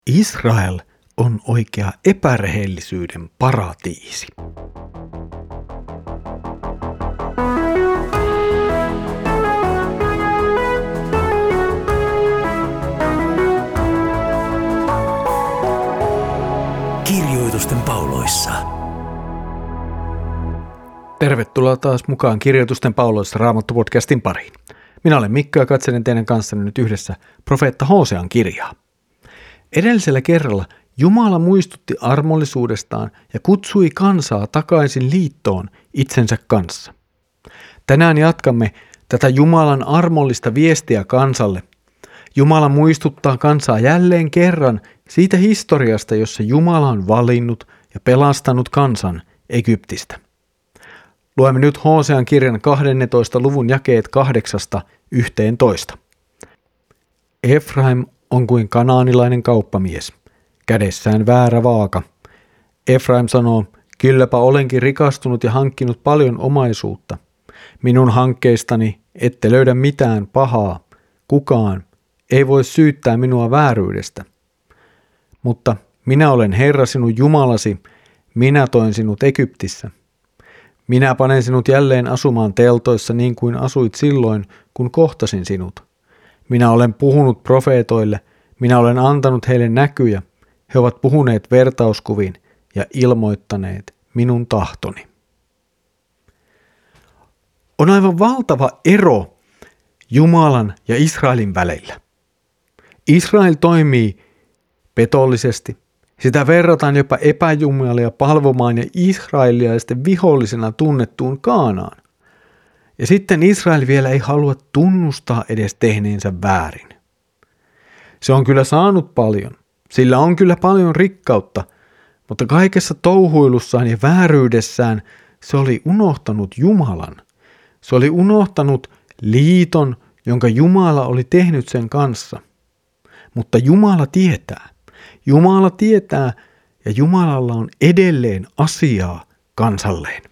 Israel on oikea epärehellisyyden paratiisi. Kirjoitusten pauloissa. Tervetuloa taas mukaan Kirjoitusten pauloissa Raamattu-podcastin pariin. Minä olen Mikko ja katselen teidän kanssanne nyt yhdessä profeetta Hosean kirjaa. Edellisellä kerralla Jumala muistutti armollisuudestaan ja kutsui kansaa takaisin liittoon itsensä kanssa. Tänään jatkamme tätä Jumalan armollista viestiä kansalle. Jumala muistuttaa kansaa jälleen kerran siitä historiasta, jossa Jumala on valinnut ja pelastanut kansan Egyptistä. Luemme nyt Hosean kirjan 12. luvun jakeet 8–11. Efraim on kuin kanaanilainen kauppamies, kädessään väärä vaaka. Efraim sanoo, kylläpä olenkin rikastunut ja hankkinut paljon omaisuutta. Minun hankkeistani ette löydä mitään pahaa, kukaan ei voi syyttää minua vääryydestä. Mutta minä olen Herra sinun Jumalasi, minä toin sinut Egyptissä. Minä panen sinut jälleen asumaan teltoissa niin kuin asuit silloin, kun kohtasin sinut. Minä olen puhunut profeetoille, minä olen antanut heille näkyjä, he ovat puhuneet vertauskuvin ja ilmoittaneet minun tahtoni. On aivan valtava ero Jumalan ja Israelin välillä. Israel toimii petollisesti. Sitä verrataan jopa epäjumalia palvomaan ja israelilaisten vihollisena tunnettuun Kaanaan. Ja sitten Israel vielä ei halua tunnustaa edes tehneensä väärin. Se on kyllä saanut paljon, sillä on kyllä paljon rikkautta, mutta kaikessa touhuilussaan ja vääryydessään se oli unohtanut Jumalan. Se oli unohtanut liiton, jonka Jumala oli tehnyt sen kanssa. Mutta Jumala tietää. Jumala tietää ja Jumalalla on edelleen asiaa kansalleen.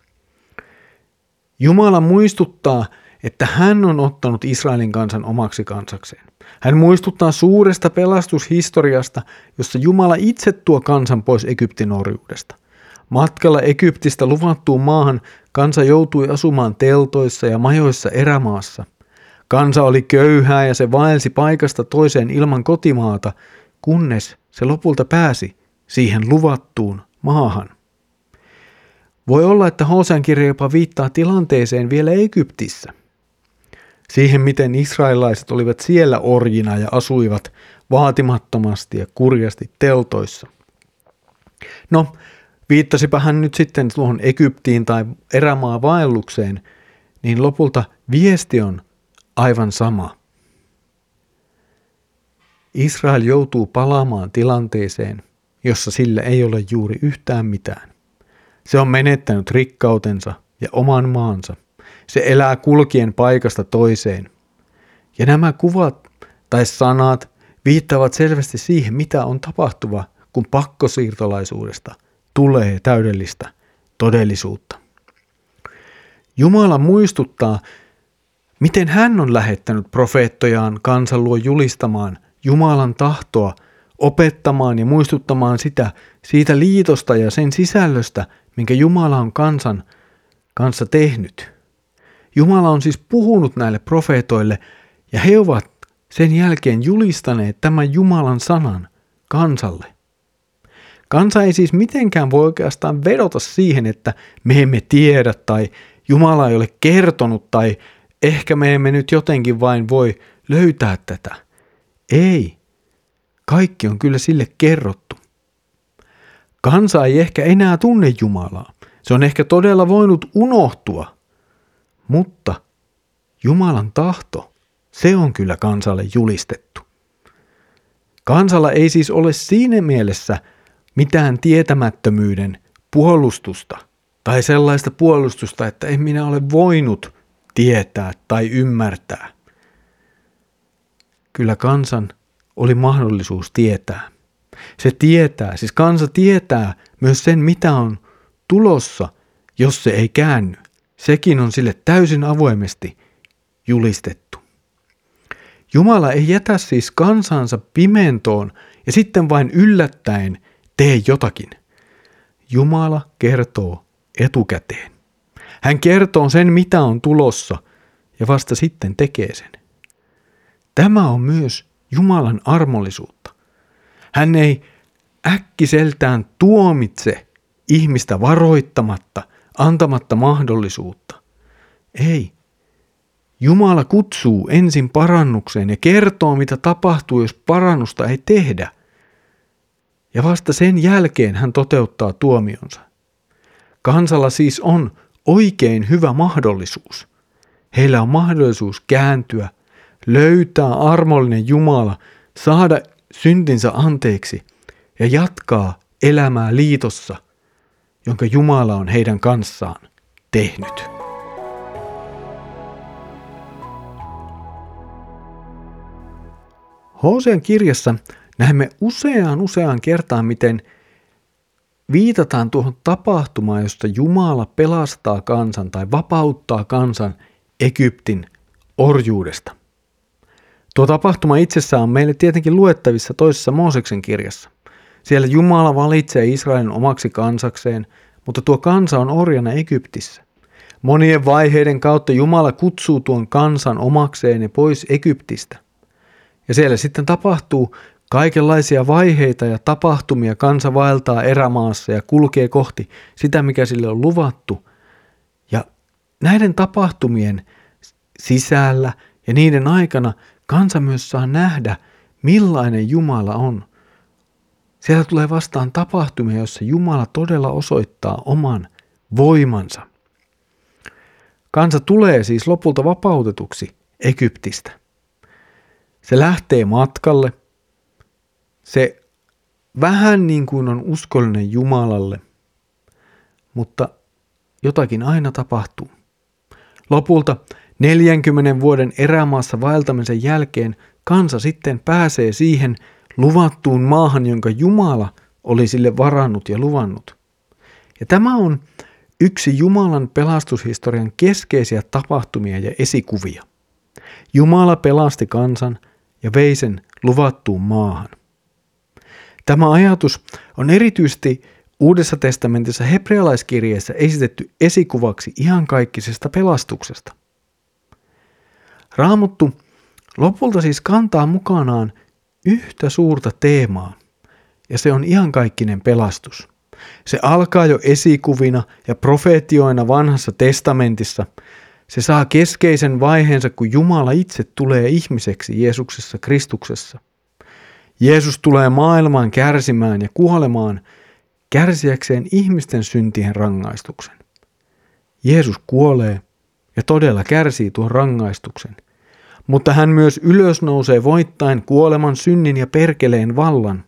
Jumala muistuttaa, että hän on ottanut Israelin kansan omaksi kansakseen. Hän muistuttaa suuresta pelastushistoriasta, jossa Jumala itse tuo kansan pois Egyptin orjuudesta. Matkalla Egyptistä luvattuun maahan kansa joutui asumaan teltoissa ja majoissa erämaassa. Kansa oli köyhää ja se vaelsi paikasta toiseen ilman kotimaata, kunnes se lopulta pääsi siihen luvattuun maahan. Voi olla, että Hosean kirja jopa viittaa tilanteeseen vielä Egyptissä. Siihen, miten israelilaiset olivat siellä orjina ja asuivat vaatimattomasti ja kurjasti teltoissa. No, viittasipa hän nyt sitten tuohon Egyptiin tai erämaavaellukseen, niin lopulta viesti on aivan sama. Israel joutuu palaamaan tilanteeseen, jossa sillä ei ole juuri yhtään mitään. Se on menettänyt rikkautensa ja oman maansa. Se elää kulkien paikasta toiseen. Ja nämä kuvat tai sanat viittaavat selvästi siihen, mitä on tapahtuva, kun pakkosiirtolaisuudesta tulee täydellistä todellisuutta. Jumala muistuttaa, miten hän on lähettänyt profeettojaan kansan luo julistamaan Jumalan tahtoa, opettamaan ja muistuttamaan sitä siitä liitosta ja sen sisällöstä, minkä Jumala on kansan kanssa tehnyt. Jumala on siis puhunut näille profeetoille ja he ovat sen jälkeen julistaneet tämän Jumalan sanan kansalle. Kansa ei siis mitenkään voi oikeastaan vedota siihen, että me emme tiedä tai Jumala ei ole kertonut tai ehkä me emme nyt jotenkin vain voi löytää tätä. Ei, kaikki on kyllä sille kerrottu. Kansa ei ehkä enää tunne Jumalaa. Se on ehkä todella voinut unohtua. Mutta Jumalan tahto, se on kyllä kansalle julistettu. Kansalla ei siis ole siinä mielessä mitään tietämättömyyden puolustusta tai sellaista puolustusta, että en minä ole voinut tietää tai ymmärtää. Kyllä kansan oli mahdollisuus tietää. Se tietää, siis kansa tietää myös sen, mitä on tulossa, jos se ei käänny. Sekin on sille täysin avoimesti julistettu. Jumala ei jätä siis kansansa pimentoon ja sitten vain yllättäen tee jotakin. Jumala kertoo etukäteen. Hän kertoo sen, mitä on tulossa, ja vasta sitten tekee sen. Tämä on myös Jumalan armollisuutta. Hän ei äkkiseltään tuomitse ihmistä varoittamatta, antamatta mahdollisuutta. Ei. Jumala kutsuu ensin parannukseen ja kertoo, mitä tapahtuu, jos parannusta ei tehdä. Ja vasta sen jälkeen hän toteuttaa tuomionsa. Kansalla siis on oikein hyvä mahdollisuus. Heillä on mahdollisuus kääntyä, löytää armollinen Jumala, saada syntinsä anteeksi ja jatkaa elämää liitossa, jonka Jumala on heidän kanssaan tehnyt. Hosean kirjassa näemme useaan kertaan, miten viitataan tuohon tapahtumaan, josta Jumala pelastaa kansan tai vapauttaa kansan Egyptin orjuudesta. Tuo tapahtuma itsessään on meille tietenkin luettavissa toisessa Mooseksen kirjassa. Siellä Jumala valitsee Israelin omaksi kansakseen, mutta tuo kansa on orjana Egyptissä. Monien vaiheiden kautta Jumala kutsuu tuon kansan omakseen ja pois Egyptistä. Ja siellä sitten tapahtuu kaikenlaisia vaiheita ja tapahtumia. Kansa vaeltaa erämaassa ja kulkee kohti sitä, mikä sille on luvattu. Ja näiden tapahtumien sisällä ja niiden aikana kansa myös saa nähdä, millainen Jumala on. Siellä tulee vastaan tapahtumia, joissa Jumala todella osoittaa oman voimansa. Kansa tulee siis lopulta vapautetuksi Egyptistä. Se lähtee matkalle. Se vähän niin kuin on uskollinen Jumalalle, mutta jotakin aina tapahtuu. Lopulta 40 vuoden erämaassa vaeltamisen jälkeen kansa sitten pääsee siihen luvattuun maahan, jonka Jumala oli sille varannut ja luvannut. Ja tämä on yksi Jumalan pelastushistorian keskeisiä tapahtumia ja esikuvia. Jumala pelasti kansan ja vei sen luvattuun maahan. Tämä ajatus on erityisesti Uudessa testamentissa hebrealaiskirjeessä esitetty esikuvaksi iankaikkisesta pelastuksesta. Raamattu lopulta siis kantaa mukanaan yhtä suurta teemaa, ja se on iankaikkinen pelastus. Se alkaa jo esikuvina ja profeetioina vanhassa testamentissa. Se saa keskeisen vaiheensa, kun Jumala itse tulee ihmiseksi Jeesuksessa Kristuksessa. Jeesus tulee maailmaan kärsimään ja kuolemaan kärsiäkseen ihmisten syntien rangaistuksen. Jeesus kuolee ja todella kärsii tuon rangaistuksen, mutta hän myös ylösnousee voittaen kuoleman, synnin ja perkeleen vallan.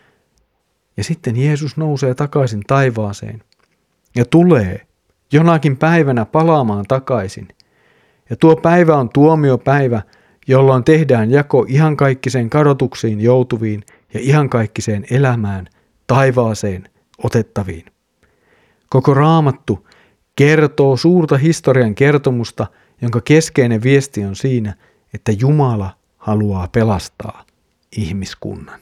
Ja sitten Jeesus nousee takaisin taivaaseen ja tulee jonakin päivänä palaamaan takaisin. Ja tuo päivä on tuomiopäivä, jolloin tehdään jako iankaikkiseen kadotuksiin joutuviin ja iankaikkiseen elämään taivaaseen otettaviin. Koko Raamattu kertoo suurta historian kertomusta, jonka keskeinen viesti on siinä, että Jumala haluaa pelastaa ihmiskunnan.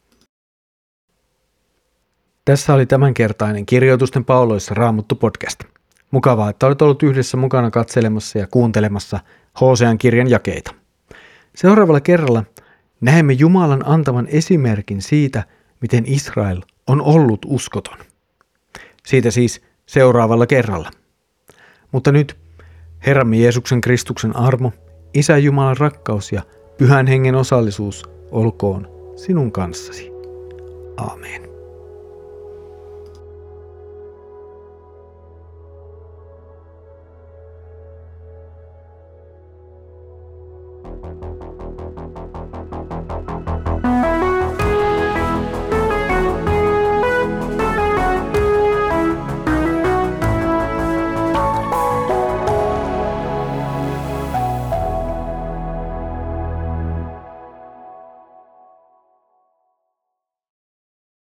Tässä oli tämänkertainen Kirjoitusten pauloissa Raamattu podcast. Mukavaa, että olet ollut yhdessä mukana katselemassa ja kuuntelemassa Hosean kirjan jakeita. Seuraavalla kerralla näemme Jumalan antavan esimerkin siitä, miten Israel on ollut uskoton. Siitä siis seuraavalla kerralla. Mutta nyt Herramme Jeesuksen Kristuksen armo, Isä Jumalan rakkaus ja Pyhän Hengen osallisuus olkoon sinun kanssasi. Aamen.